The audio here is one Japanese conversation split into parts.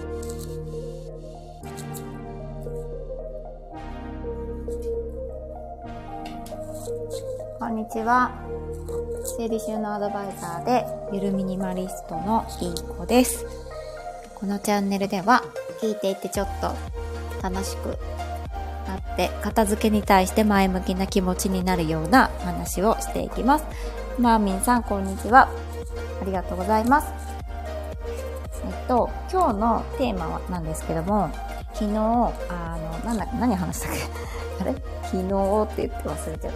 こんにちは。整理収納アドバイザーでゆるミニマリストのいい子です。このチャンネルでは聞いていてちょっと楽しくなって片付けに対して前向きな気持ちになるような話をしていきます。マーミンさん、こんにちは。ありがとうございます。今日のテーマなんですけども、昨日何話したっけあれ昨日って言って忘れちゃった。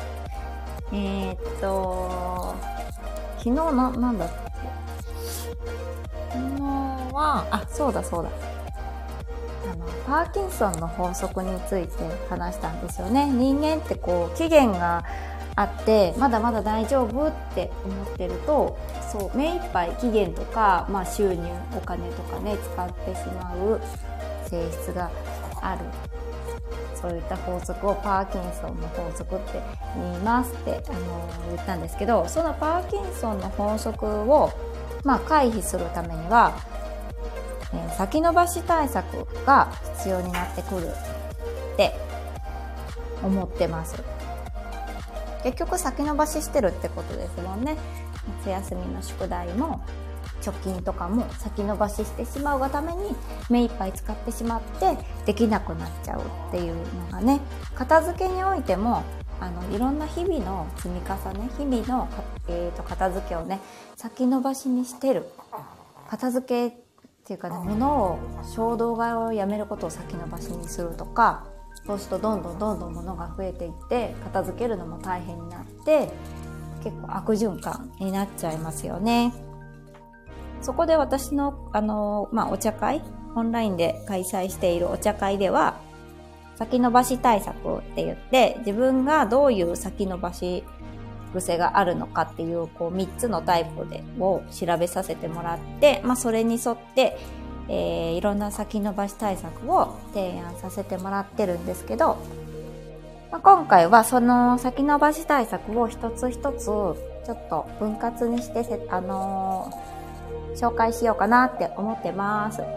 昨日なんだっけ昨日は、そうだ。パーキンソンの法則について話したんですよね。人間って期限があってまだまだ大丈夫って思ってると、目いっぱい期限とか、収入お金とかね使ってしまう性質がある。そういった法則をパーキンソンの法則って言いますって言ったんですけど、そのパーキンソンの法則を回避するためには、先延ばし対策が必要になってくるって思ってます。結局先延ばししてるってことですもんね。夏休みの宿題も貯金とかも先延ばししてしまうがために目いっぱい使ってしまってできなくなっちゃうっていうのがね、片付けにおいてもいろんな日々の積み重ね、日々の、片付けをね先延ばしにしてる。片付けっていうかね、物を衝動買いをやめることを先延ばしにするとか、そうするとどんどん物が増えていって片付けるのも大変になって結構悪循環になっちゃいますよね。そこで私のお茶会、オンラインで開催しているお茶会では先延ばし対策って言って、自分がどういう先延ばし癖があるのかっていう3つのタイプを調べさせてもらって、それに沿っていろんな先延ばし対策を提案させてもらってるんですけど、今回はその先延ばし対策を一つ一つちょっと分割にして紹介しようかなって思ってます。いっ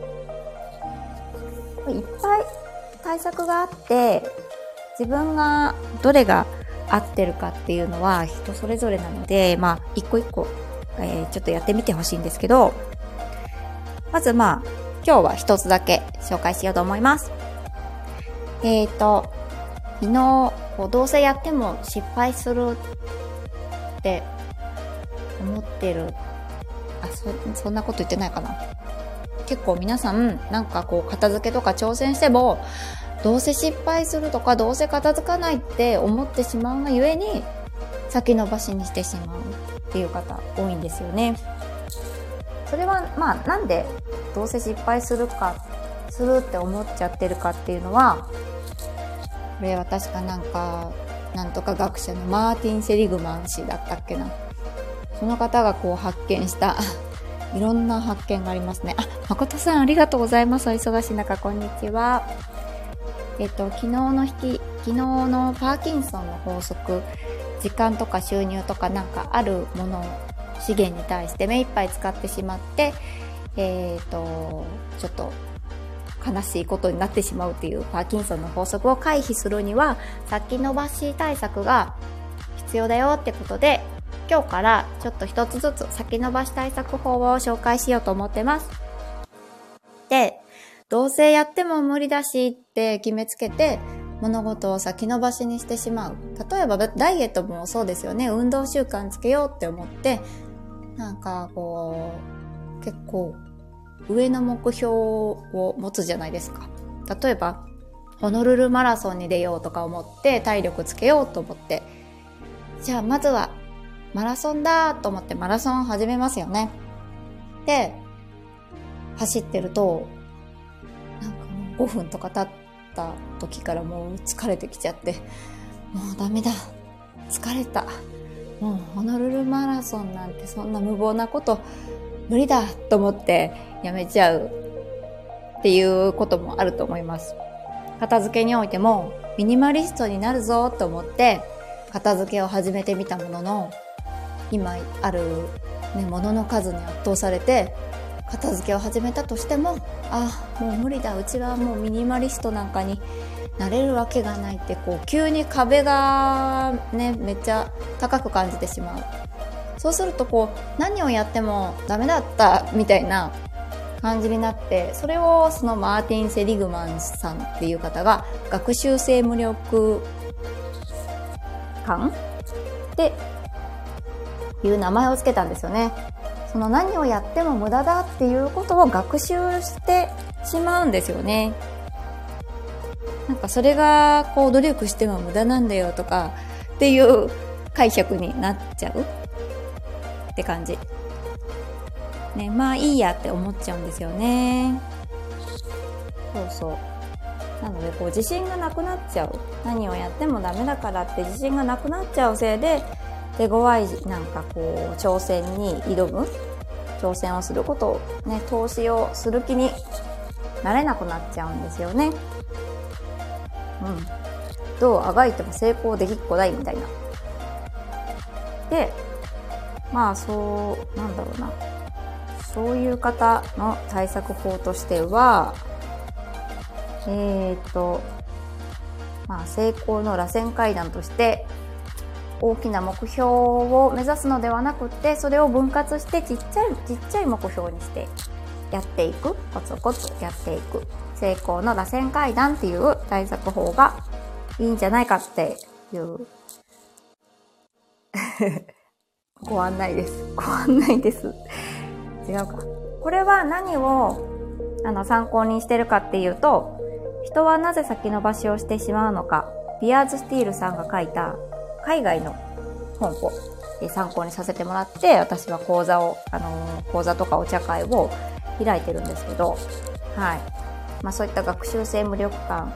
ぱい対策があって、自分がどれが合ってるかっていうのは人それぞれなので、一個一個、ちょっとやってみてほしいんですけど、まず今日は一つだけ紹介しようと思います。昨日どうせやっても失敗するって思ってる。そんなこと言ってないかな。結構皆さん片付けとか挑戦してもどうせ失敗するとかどうせ片付かないって思ってしまうがゆえに先延ばしにしてしまうっていう方多いんですよね。それはなんでどうせ失敗するって思っちゃってるかっていうのは、これは確かなんとか学者のマーティン・セリグマン氏だったっけな。その方が発見したいろんな発見がありますね。誠さんありがとうございます。お忙しい中こんにちは。昨日のパーキンソンの法則、時間とか収入とかあるものを資源に対して目いっぱい使ってしまってちょっと悲しいことになってしまうっていうパーキンソンの法則を回避するには先延ばし対策が必要だよってことで、今日からちょっと一つずつ先延ばし対策法を紹介しようと思ってます。で、どうせやっても無理だしって決めつけて物事を先延ばしにしてしまう。例えばダイエットもそうですよね。運動習慣つけようって思って結構上の目標を持つじゃないですか。例えばホノルルマラソンに出ようとか思って体力つけようと思って、じゃあまずはマラソンだと思ってマラソンを始めますよね。で走ってると5分とか経った時からもう疲れてきちゃって、もうダメだ、疲れた、もうホノルルマラソンなんてそんな無謀なこと無理だと思ってやめちゃうっていうこともあると思います。片付けにおいてもミニマリストになるぞと思って片付けを始めてみたものの、今ある、物の数に圧倒されて片付けを始めたとしても、もう無理だ、うちはもうミニマリストなんかになれるわけがないって、こう急に壁がねめっちゃ高く感じてしまう。そうするとこう何をやってもダメだったみたいな感じになって、それをそのマーティン・セリグマンさんっていう方が学習性無力感っていう名前をつけたんですよね。その何をやっても無駄だっていうことを学習してしまうんですよね。なんかそれがこう努力しても無駄なんだよとかっていう解釈になっちゃうって感じ。ね、まあいいやって思っちゃうんですよね。そうそう。なのでこう自信がなくなっちゃう。何をやってもダメだからって自信がなくなっちゃうせいで、手強いなんかこう挑戦に挑む、挑戦をすることをね、投資をする気になれなくなっちゃうんですよね。どうあがいても成功できっこないみたいな。で、まあそうなんだろうな。そういう方の対策法としては、まあ成功の螺旋階段として大きな目標を目指すのではなくて、それを分割してちっちゃい目標にしてやっていく、コツコツやっていく成功の螺旋階段っていう対策法がいいんじゃないかっていうご案内です。違うか。これは何を参考にしてるかっていうと、人はなぜ先延ばしをしてしまうのか、ピアーズ・スティールさんが書いた海外の本を参考にさせてもらって、私は講座とかお茶会を開いてるんですけど、はい。まあそういった学習性無力感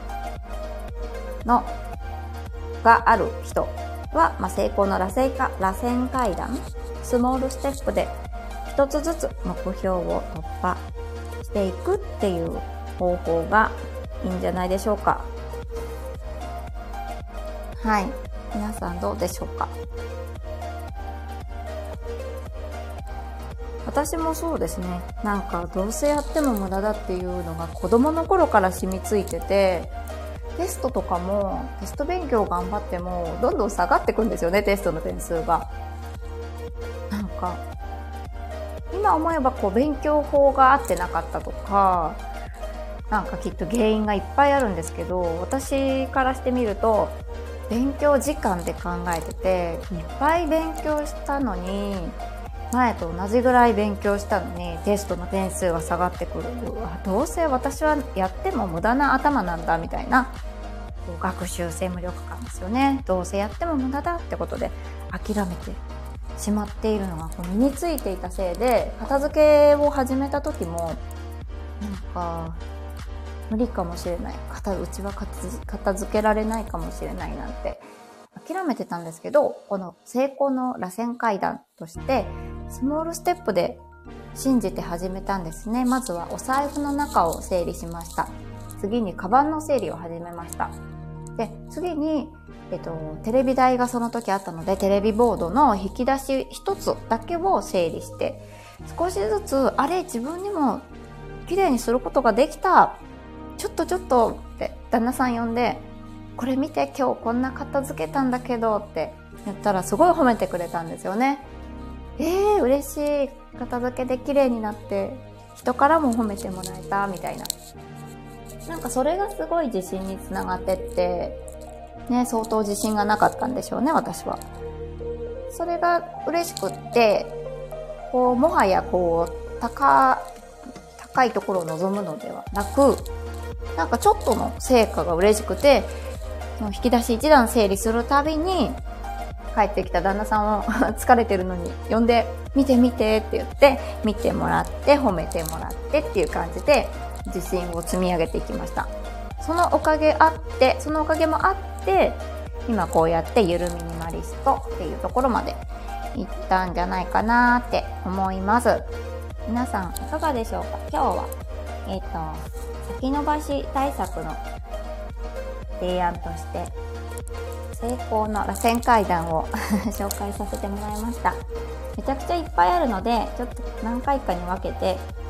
がある人は、まあ、成功の螺旋階段、スモールステップで一つずつ目標を突破していくっていう方法がいいんじゃないでしょうか。はい。皆さんどうでしょうか。私もそうですね。なんかどうせやっても無駄だっていうのが子供の頃から染みついてて、テストとかもテスト勉強頑張ってもどんどん下がってくんですよね、テストの点数が。なんか今思えばこう勉強法が合ってなかったとか、なんかきっと原因がいっぱいあるんですけど、私からしてみると勉強時間で考えてて、いっぱい勉強したのに、前と同じぐらい勉強したのにテストの点数が下がってくる。どうせ私はやっても無駄な頭なんだみたいな学習性無力感ですよね。どうせやっても無駄だってことで諦めてしまっているのが身についていたせいで、片付けを始めた時もなんか無理かもしれない、うちは片付けられないかもしれないなんて諦めてたんですけど、この成功の螺旋階段としてスモールステップで信じて始めたんですね。まずはお財布の中を整理しました。次にカバンの整理を始めました。で、次に、テレビ台がその時あったので、テレビボードの引き出し一つだけを整理して、少しずつ、自分にも綺麗にすることができた。ちょっとって旦那さん呼んで、これ見て、今日こんな片付けたんだけどって言ったらすごい褒めてくれたんですよね。嬉しい。片付けで綺麗になって人からも褒めてもらえたみたいな。なんかそれがすごい自信につながってってね、相当自信がなかったんでしょうね、私は。それが嬉しくって、もはや高いところを望むのではなく、なんかちょっとの成果が嬉しくて、引き出し一段整理するたびに帰ってきた旦那さんを疲れてるのに呼んで、見てって言って見てもらって褒めてもらってっていう感じで自信を積み上げていきました。そのおかげもあって今こうやってゆるミニマリストっていうところまで行ったんじゃないかなって思います。皆さんいかがでしょうか。今日は先延ばし対策の提案として成功の螺旋階段を紹介させてもらいました。めちゃくちゃいっぱいあるので、ちょっと何回かに分けて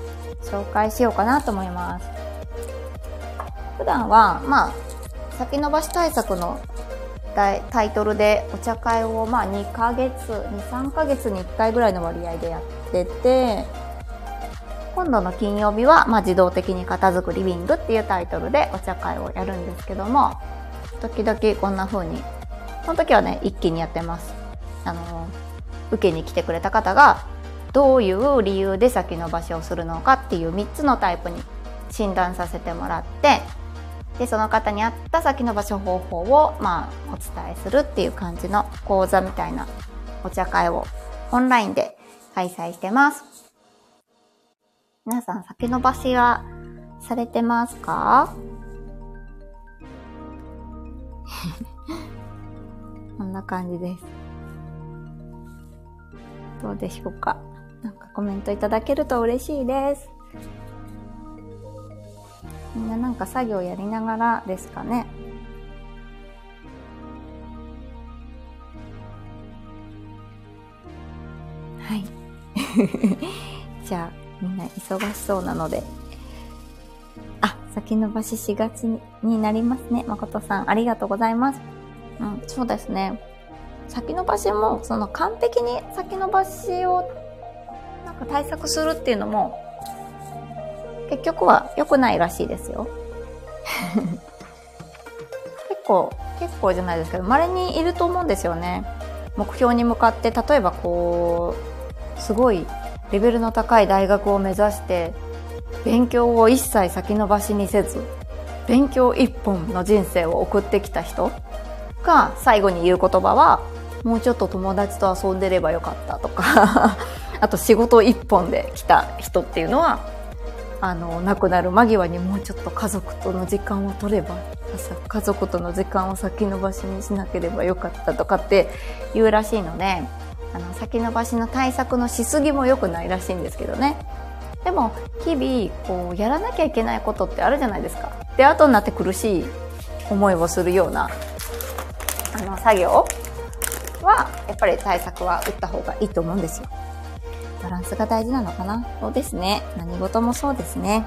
紹介しようかなと思います。普段は、先延ばし対策のタイトルでお茶会を2ヶ月、2、3ヶ月に1回ぐらいの割合でやってて、今度の金曜日は、自動的に片付くリビングっていうタイトルでお茶会をやるんですけども、時々こんな風に、その時はね、一気にやってます。受けに来てくれた方が、どういう理由で先延ばしをするのかっていう3つのタイプに診断させてもらって、で、その方に合った先延ばし方法を、お伝えするっていう感じの講座みたいなお茶会をオンラインで開催してます。皆さん先延ばしはされてますか？こんな感じです。どうでしょうか？なんかコメントいただけると嬉しいです。みんななんか作業やりながらですかね。はい。じゃあみんな忙しそうなので。先延ばし4月になりますね。誠さんありがとうございます。そうですね。先延ばしもその完璧に先延ばしをなんか対策するっていうのも結局は良くないらしいですよ。結構じゃないですけど、稀にいると思うんですよね。目標に向かって、例えばすごいレベルの高い大学を目指して、勉強を一切先延ばしにせず、勉強一本の人生を送ってきた人が最後に言う言葉は、もうちょっと友達と遊んでればよかったとか、あと仕事一本で来た人っていうのは、亡くなる間際にもうちょっと家族との時間を取れば、家族との時間を先延ばしにしなければよかったとかって言うらしいので、先延ばしの対策のしすぎも良くないらしいんですけどね。でも日々やらなきゃいけないことってあるじゃないですか。で、後になって苦しい思いをするような作業はやっぱり対策は打った方がいいと思うんですよ。バランスが大事なのかな。そうですね。何事もそうですね。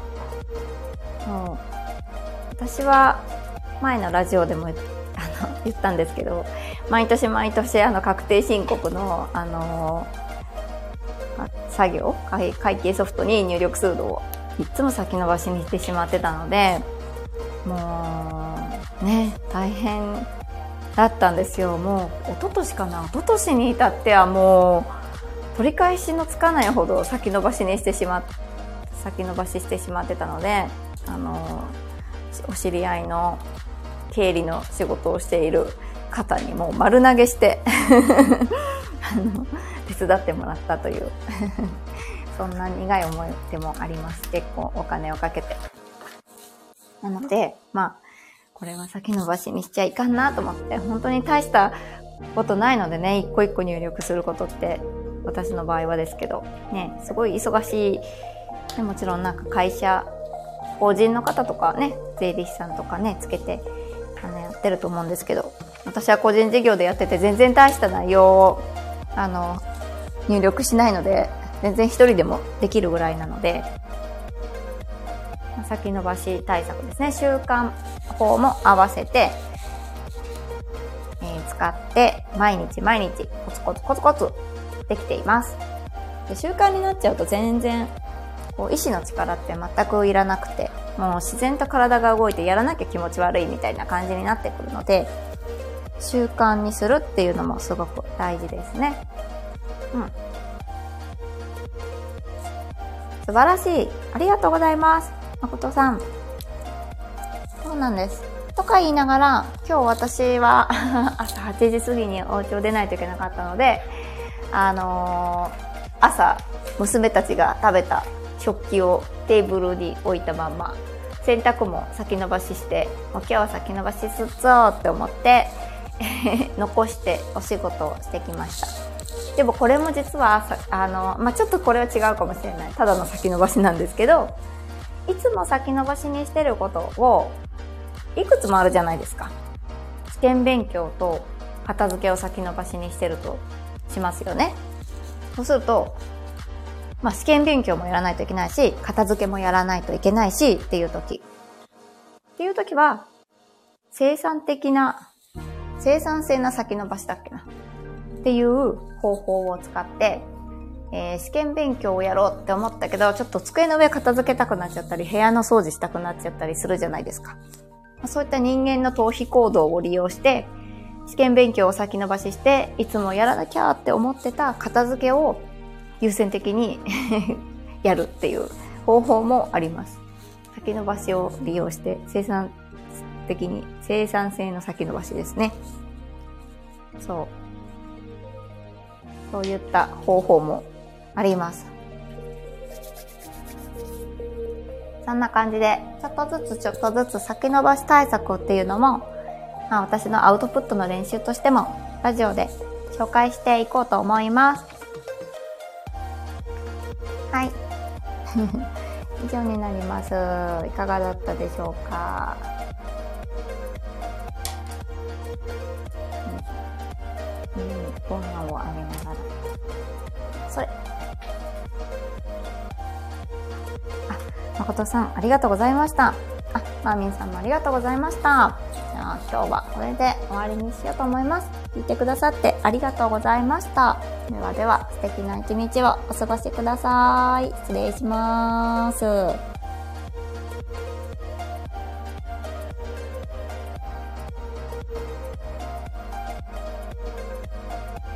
私は前のラジオでも言ったんですけど、毎年確定申告の作業、会計ソフトに入力数度をいつも先延ばしにしてしまってたので、もうね、大変だったんですよ。もう一昨年に至ってはもう取り返しのつかないほど先延ばししてしまってたので、お知り合いの経理の仕事をしている方にもう丸投げして手伝ってもらったというそんな苦い思いでもあります。結構お金をかけて。なのでこれは先延ばしにしちゃいかんなと思って、本当に大したことないのでね、一個一個入力することって、私の場合はですけどね、すごい忙しい。もちろんなんか会社、法人の方とかね、税理士さんとかねつけてやってると思うんですけど、私は個人事業でやってて全然大した内容を入力しないので、全然一人でもできるぐらいなので、先延ばし対策ですね、習慣法も合わせて、使って毎日コツコツできています。で、習慣になっちゃうと全然意志の力って全くいらなくて、もう自然と体が動いてやらなきゃ気持ち悪いみたいな感じになってくるので、習慣にするっていうのもすごく大事ですね。素晴らしい。ありがとうございます。誠さん。そうなんです。とか言いながら、今日私は朝8時過ぎにお家を出ないといけなかったので、朝、娘たちが食べた食器をテーブルに置いたまま、洗濯も先延ばしして、もう今日は先延ばしすっぞって思って残してお仕事をしてきました。でもこれも実はちょっとこれは違うかもしれない。ただの先延ばしなんですけど、いつも先延ばしにしてることをいくつもあるじゃないですか。試験勉強と片付けを先延ばしにしてるとしますよね。そうするとまあ試験勉強もやらないといけないし、片付けもやらないといけないしっていう時は、生産性な先延ばしだっけなっていう方法を使って、試験勉強をやろうって思ったけど、ちょっと机の上片付けたくなっちゃったり、部屋の掃除したくなっちゃったりするじゃないですか。そういった人間の逃避行動を利用して、試験勉強を先延ばしして、いつもやらなきゃって思ってた片付けを優先的にやるっていう方法もあります。先延ばしを利用して生産性の先延ばしですね。そういった方法もあります。そんな感じで、ちょっとずつ先延ばし対策っていうのも、私のアウトプットの練習としても、ラジオで紹介していこうと思います。はい。以上になります。いかがだったでしょうか。ボンナを上げながら。それ。誠さん、ありがとうございました。マーミンさんもありがとうございました。じゃあ、今日はこれで終わりにしようと思います。聞いてくださってありがとうございました。では、素敵な一日をお過ごしください。失礼します。